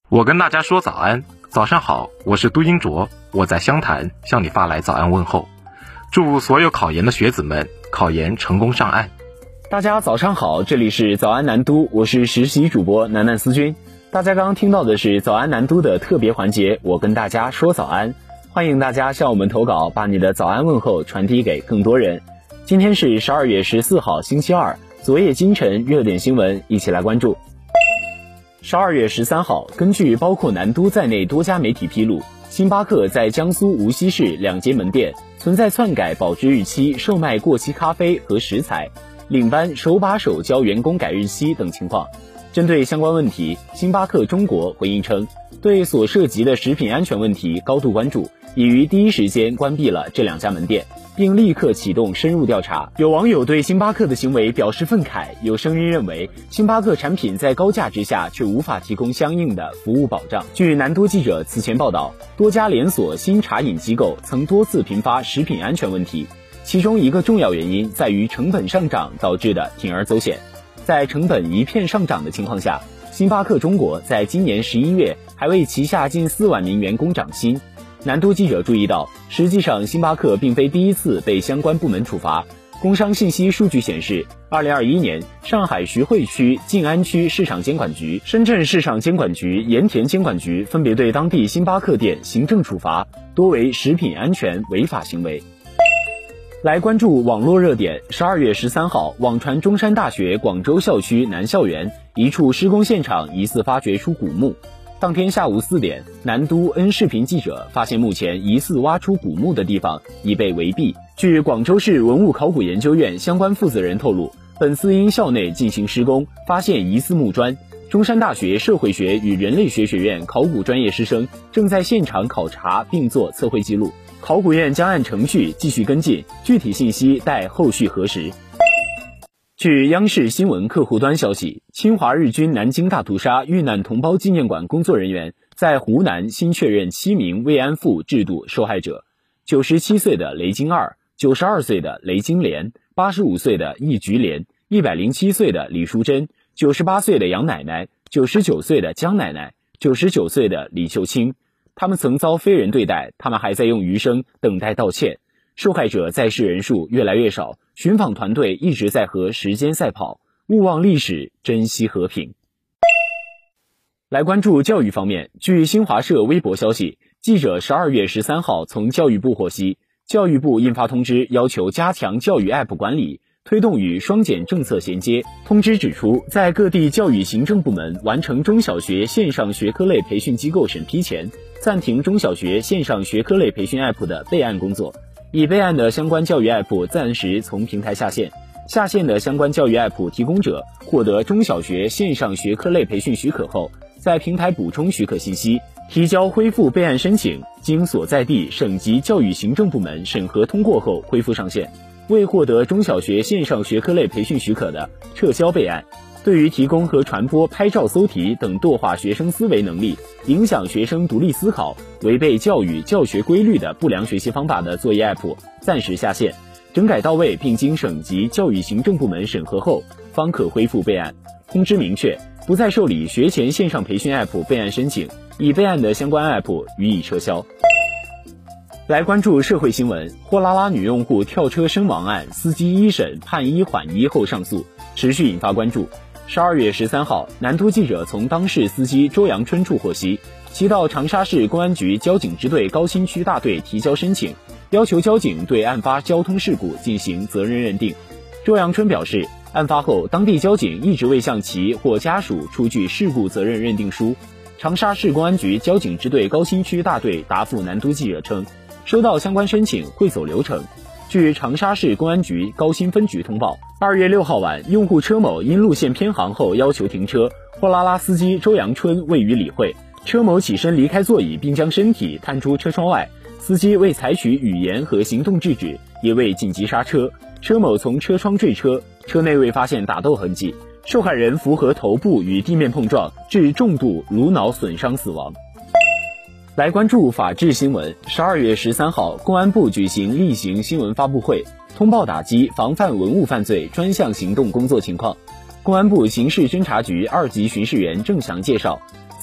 我跟大家说早安，早上好，我是都英卓，我在湘潭向你发来早安问候，祝所有考研的学子们考研成功上岸。 大家早上好，这里是早安南都，我是实习主播南南思君。大家刚刚听到的是早安南都的特别环节，我跟大家说早安，欢迎大家向我们投稿，把你的早安问候传递给更多人。今天是12月14号星期二，昨夜今晨热点新闻一起来关注。12月13号，根据包括南都在内多家媒体披露，星巴克在江苏无锡市2间门店存在篡改保质日期、售卖过期咖啡和食材，领班手把手教员工改日期等情况。针对相关问题，星巴克中国回应称，对所涉及的食品安全问题高度关注，已于第一时间关闭了这2家门店，并立刻启动深入调查。有网友对星巴克的行为表示愤慨，有声音认为星巴克产品在高价之下却无法提供相应的服务保障。据南都记者此前报道，多家连锁新茶饮机构曾多次频发食品安全问题，其中一个重要原因在于成本上涨导致的铤而走险。在成本一片上涨的情况下，星巴克中国在今年11月还为旗下近4万名员工涨薪。南都记者注意到，实际上星巴克并非第一次被相关部门处罚。工商信息数据显示，2021年，上海徐汇区静安区市场监管局、深圳市场监管局、盐田监管局分别对当地星巴克店行政处罚，多为食品安全违法行为。来关注网络热点。12月13号，网传中山大学广州校区南校园一处施工现场疑似发掘出古墓。当天下午4点，南都 N 视频记者发现目前疑似挖出古墓的地方已被围蔽。据广州市文物考古研究院相关负责人透露，本次因校内进行施工，发现疑似木砖。中山大学社会学与人类学学院考古专业师生正在现场考察并做测绘记录，考古院将按程序继续跟进，具体信息待后续核实。据央视新闻客户端消息，侵华日军南京大屠杀遇难同胞纪念馆工作人员在湖南新确认7名慰安妇制度受害者：97岁的雷金二、92岁的雷金莲、85岁的易菊莲、107岁的李淑珍、98岁的杨奶奶、99岁的江奶奶、99岁的李秀清。他们曾遭非人对待，他们还在用余生等待道歉。受害者在世人数越来越少，寻访团队一直在和时间赛跑，勿忘历史，珍惜和平。来关注教育方面，据新华社微博消息，记者12月13号从教育部获悉，教育部印发通知，要求加强教育 App 管理，推动与双减政策衔接。通知指出，在各地教育行政部门完成中小学线上学科类培训机构审批前，暂停中小学线上学科类培训 App 的备案工作。已备案的相关教育 App 暂时从平台下线，下线的相关教育 App 提供者获得中小学线上学科类培训许可后，在平台补充许可信息，提交恢复备案申请，经所在地省级教育行政部门审核通过后恢复上线。未获得中小学线上学科类培训许可的，撤销备案。对于提供和传播拍照搜题等惰化学生思维能力，影响学生独立思考，违背教育教学规律的不良学习方法的作业 App 暂时下线，整改到位并经省级教育行政部门审核后，方可恢复备案。通知明确，不再受理学前线上培训 App 备案申请，已备案的相关 App 予以撤销。来关注社会新闻，货拉拉女用户跳车身亡案，司机一审判1缓1后上诉，持续引发关注。12月13号，南都记者从当事司机周阳春处获悉，其到长沙市公安局交警支队高新区大队提交申请，要求交警对案发交通事故进行责任认定。周阳春表示，案发后当地交警一直未向其或家属出具事故责任认定书。长沙市公安局交警支队高新区大队答复南都记者称，收到相关申请会走流程。据长沙市公安局高新分局通报，2月6号晚，用户车某因路线偏航后要求停车，货拉拉司机周阳春未予理会，车某起身离开座椅并将身体探出车窗外，司机未采取语言和行动制止，也未紧急刹车，车某从车窗坠车，车内未发现打斗痕迹，受害人符合头部与地面碰撞致重度颅脑损伤死亡。来关注法治新闻。12月13号，公安部举行例行新闻发布会，通报打击防范文物犯罪专项行动工作情况。公安部刑事侦查局2级巡视员郑翔介绍，自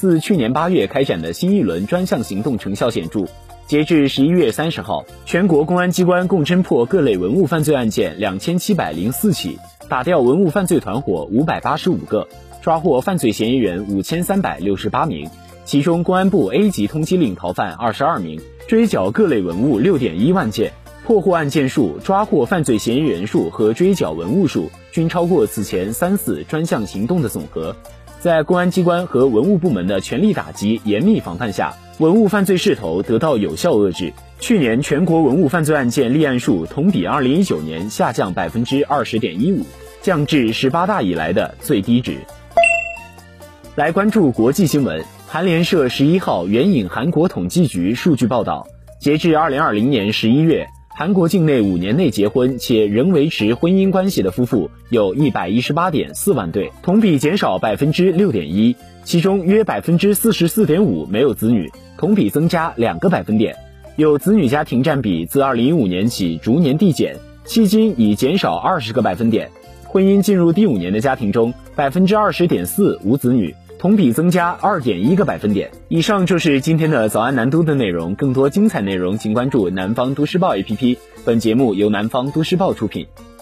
自去年8月开展的新一轮专项行动成效显著。截至11月30号，全国公安机关共侦破各类文物犯罪案件2704起，打掉文物犯罪团伙585个，抓获犯罪嫌疑人5368名，其中公安部 A 级通缉令逃犯22名，追缴各类文物6.1万件，破获案件数、抓获犯罪嫌疑人数和追缴文物数均超过此前3次专项行动的总和。在公安机关和文物部门的全力打击、严密防范下，文物犯罪势头得到有效遏制。去年全国文物犯罪案件立案数同比2019年下降 20.15%， 降至18大以来的最低值。来关注国际新闻。韩联社11号援引韩国统计局数据报道，截至2020年11月，韩国境内5年内结婚且仍维持婚姻关系的夫妇有118.4万对，同比减少 6.1%， 其中约 44.5% 没有子女，同比增加2个百分点。有子女家庭占比自2015年起逐年递减，迄今已减少20个百分点。婚姻进入第5年的家庭中 20.4% 无子女，同比增加 2.1个百分点。以上就是今天的早安南都的内容，更多精彩内容请关注南方都市报 APP。本节目由南方都市报出品。